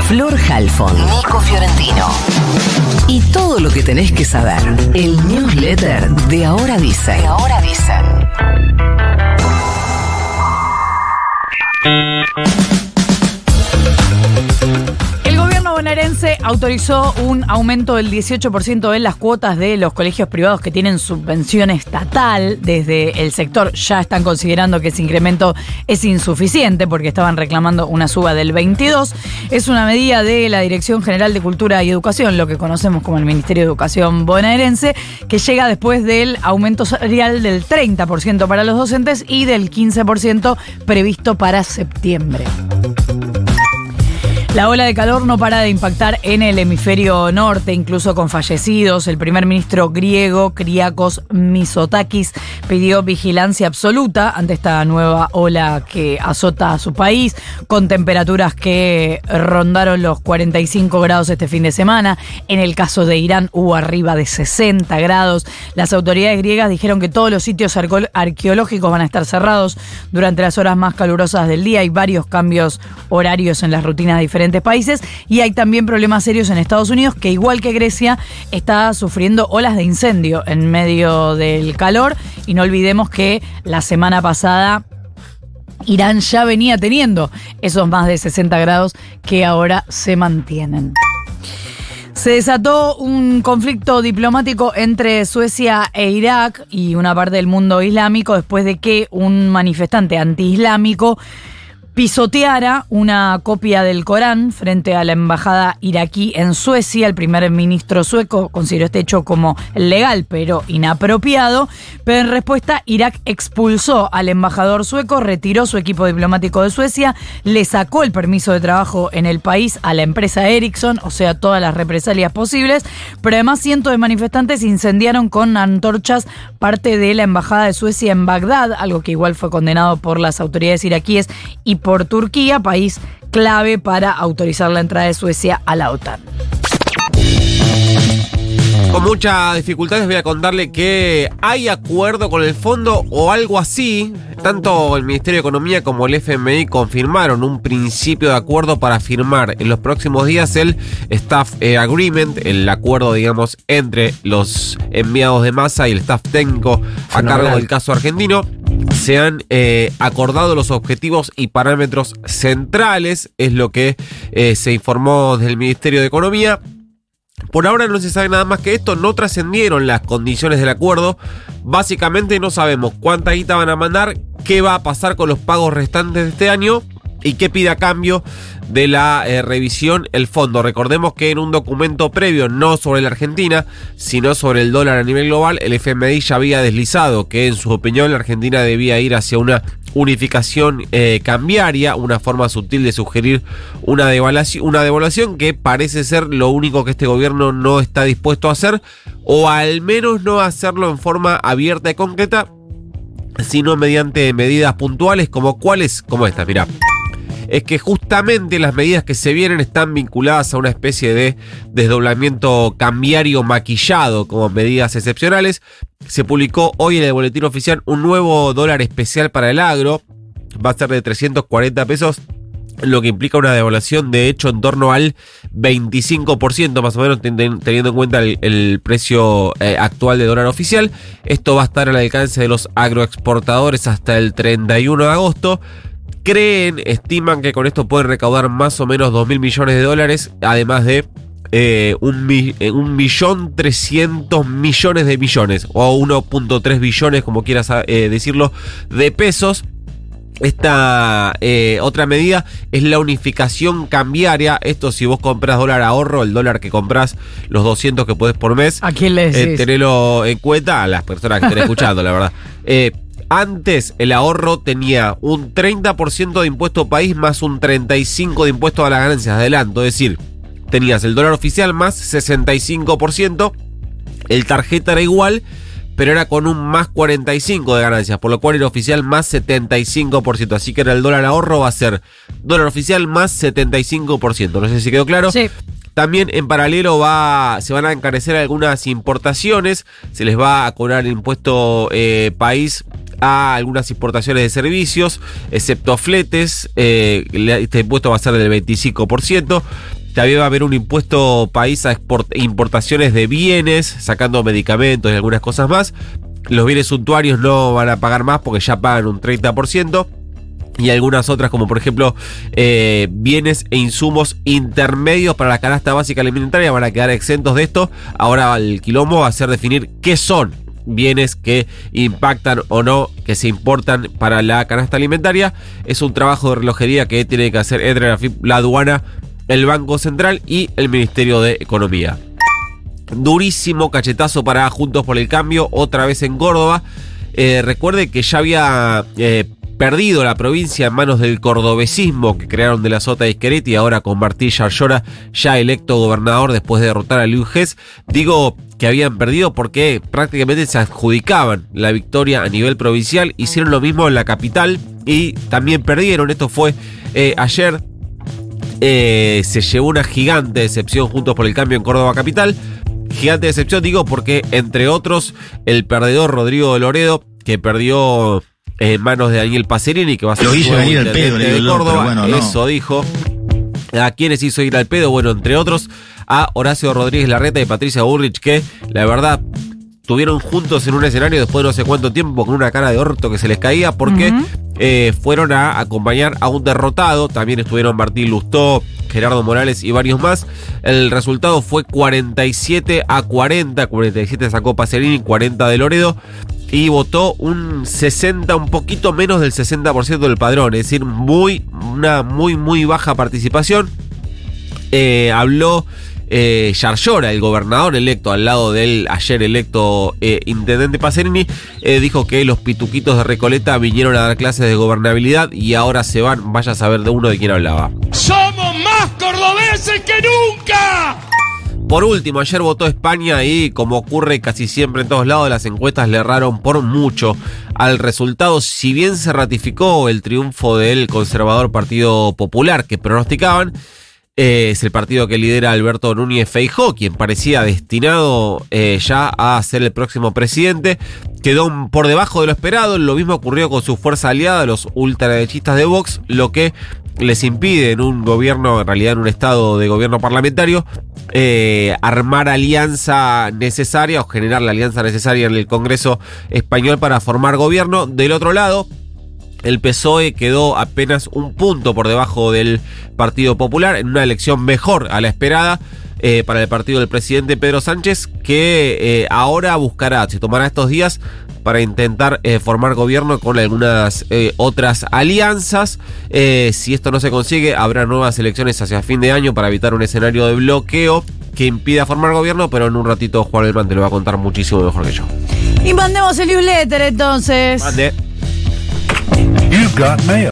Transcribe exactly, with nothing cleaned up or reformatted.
Flor Halfon, Nico Fiorentino. Y todo lo que tenés que saber. El newsletter de Ahora Dicen. De Ahora Dicen. El gobierno bonaerense autorizó un aumento del dieciocho por ciento en las cuotas de los colegios privados que tienen subvención estatal. Desde el sector ya están considerando que ese incremento es insuficiente porque estaban reclamando una suba del veintidós por ciento. Es una medida de la Dirección General de Cultura y Educación, lo que conocemos como el Ministerio de Educación bonaerense, que llega después del aumento salarial del treinta por ciento para los docentes y del quince por ciento previsto para septiembre. La ola de calor no para de impactar en el hemisferio norte, incluso con fallecidos. El primer ministro griego, Kyriakos Mitsotakis, pidió vigilancia absoluta ante esta nueva ola que azota a su país, con temperaturas que rondaron los cuarenta y cinco grados este fin de semana. En el caso de Irán hubo arriba de sesenta grados. Las autoridades griegas dijeron que todos los sitios arqueológicos van a estar cerrados durante las horas más calurosas del día. Hay varios cambios horarios en las rutinas diferentes países y hay también problemas serios en Estados Unidos, que igual que Grecia está sufriendo olas de incendio en medio del calor. Y no olvidemos que la semana pasada Irán ya venía teniendo esos más de sesenta grados que ahora se mantienen. Se desató un conflicto diplomático entre Suecia e Irak y una parte del mundo islámico después de que un manifestante antiislámico pisoteara una copia del Corán frente a la embajada iraquí en Suecia. El primer ministro sueco consideró este hecho como legal pero inapropiado, pero en respuesta Irak expulsó al embajador sueco, retiró su equipo diplomático de Suecia, le sacó el permiso de trabajo en el país a la empresa Ericsson, o sea, todas las represalias posibles, pero además cientos de manifestantes incendiaron con antorchas parte de la embajada de Suecia en Bagdad, algo que igual fue condenado por las autoridades iraquíes y por Turquía, país clave para autorizar la entrada de Suecia a la OTAN. Con muchas dificultades voy a contarle que hay acuerdo con el fondo o algo así. Tanto el Ministerio de Economía como el F M I confirmaron un principio de acuerdo para firmar en los próximos días el Staff Agreement, el acuerdo, digamos, entre los enviados de masa y el staff técnico a cargo del caso argentino. Se han eh, acordado los objetivos y parámetros centrales, es lo que eh, se informó del Ministerio de Economía. Por ahora no se sabe nada más que esto, no trascendieron las condiciones del acuerdo. Básicamente no sabemos cuánta guita van a mandar, qué va a pasar con los pagos restantes de este año y qué pide a cambio de la eh, revisión el fondo. Recordemos que en un documento previo, no sobre la Argentina, sino sobre el dólar a nivel global, el F M I ya había deslizado que en su opinión la Argentina debía ir hacia una unificación eh, cambiaria, una forma sutil de sugerir una devaluación, una devaluación que parece ser lo único que este gobierno no está dispuesto a hacer, o al menos no hacerlo en forma abierta y concreta, sino mediante medidas puntuales como cuáles, como esta, mirá. Es que justamente las medidas que se vienen están vinculadas a una especie de desdoblamiento cambiario maquillado como medidas excepcionales. Se publicó hoy en el boletín oficial un nuevo dólar especial para el agro. Va a ser de trescientos cuarenta pesos, lo que implica una devaluación de hecho en torno al veinticinco por ciento más o menos, teniendo en cuenta el, el precio eh, actual de dólar oficial. Esto va a estar al alcance de los agroexportadores hasta el treinta y uno de agosto. Creen, estiman que con esto pueden recaudar más o menos dos mil millones de dólares, además de eh, un, eh, un millón trescientos millones de millones, o uno punto tres billones, como quieras eh, decirlo, de pesos. Esta eh, otra medida es la unificación cambiaria. Esto si vos compras dólar ahorro, el dólar que compras, los doscientos que podés por mes, ¿a quién le decís? Eh, tenelo en cuenta, a las personas que estén escuchando, la verdad. Eh, Antes el ahorro tenía un treinta por ciento de impuesto país más un treinta y cinco por ciento de impuesto a las ganancias de adelanto. Es decir, tenías el dólar oficial más sesenta y cinco por ciento, el tarjeta era igual, pero era con un más cuarenta y cinco por ciento de ganancias, por lo cual el oficial más setenta y cinco por ciento. Así que era el dólar ahorro va a ser dólar oficial más setenta y cinco por ciento. No sé si quedó claro. Sí. También en paralelo va, se van a encarecer algunas importaciones, se les va a cobrar el impuesto eh, país a algunas importaciones de servicios, excepto fletes. Eh, este impuesto va a ser del veinticinco por ciento. También va a haber un impuesto país a export- importaciones de bienes, sacando medicamentos y algunas cosas más. Los bienes suntuarios no van a pagar más porque ya pagan un treinta por ciento. Y algunas otras, como por ejemplo eh, bienes e insumos intermedios para la canasta básica alimentaria, van a quedar exentos de esto. Ahora el quilombo va a ser definir qué son bienes que impactan o no, que se importan para la canasta alimentaria. Es un trabajo de relojería que tiene que hacer entre la, la aduana, el Banco Central y el Ministerio de Economía. Durísimo cachetazo para Juntos por el Cambio, otra vez en Córdoba. Eh, recuerde que ya había eh, perdido la provincia en manos del cordobesismo que crearon de la Sota de Schiaretti, ahora con Martí Yarlora ya electo gobernador después de derrotar a Luis Gess. Digo que habían perdido porque prácticamente se adjudicaban la victoria a nivel provincial, hicieron lo mismo en la capital y también perdieron. Esto fue eh, ayer, eh, se llevó una gigante decepción Juntos por el Cambio en Córdoba capital. Gigante decepción, digo, porque entre otros el perdedor Rodrigo de Loredo, que perdió en manos de Daniel Pacerini, que va a ser lo hizo nuevo venir al pedo, intendente de digo, Córdoba, pero bueno, no. Eso dijo. ¿A quiénes hizo ir al pedo? Bueno, entre otros a Horacio Rodríguez Larreta y Patricia Bullrich, que la verdad estuvieron juntos en un escenario después de no sé cuánto tiempo con una cara de orto que se les caía porque uh-huh. eh, fueron a acompañar a un derrotado. También estuvieron Martín Lustó, Gerardo Morales y varios más. El resultado fue cuarenta y siete a cuarenta. cuarenta y siete sacó Pacerini, cuarenta de Loredo. Y votó un sesenta, un poquito menos del sesenta por ciento del padrón. Es decir, muy, una muy, muy baja participación. Eh, habló eh, Yarlora, el gobernador electo, al lado del ayer electo eh, intendente Pacerini. Eh, dijo que los pituquitos de Recoleta vinieron a dar clases de gobernabilidad y ahora se van. Vaya a saber de uno de quién hablaba. ¡Somos más cordobeses que nunca! Por último, ayer votó España y, como ocurre casi siempre en todos lados, las encuestas le erraron por mucho al resultado. Si bien se ratificó el triunfo del conservador Partido Popular que pronosticaban, eh, es el partido que lidera Alberto Núñez Feijóo, quien parecía destinado eh, ya a ser el próximo presidente. Quedó por debajo de lo esperado. Lo mismo ocurrió con su fuerza aliada, los ultraderechistas de Vox, lo que les impide en un gobierno, en realidad en un estado de gobierno parlamentario, eh, armar alianza necesaria o generar la alianza necesaria en el Congreso español para formar gobierno. Del otro lado, el P S O E quedó apenas un punto por debajo del Partido Popular en una elección mejor a la esperada eh, para el partido del presidente Pedro Sánchez, que eh, ahora buscará, se tomará estos días para intentar eh, formar gobierno con algunas eh, otras alianzas. Eh, si esto no se consigue, habrá nuevas elecciones hacia fin de año para evitar un escenario de bloqueo que impida formar gobierno, pero en un ratito Juan Elman te lo va a contar muchísimo mejor que yo. Y mandemos el newsletter entonces. Mande. You got mail.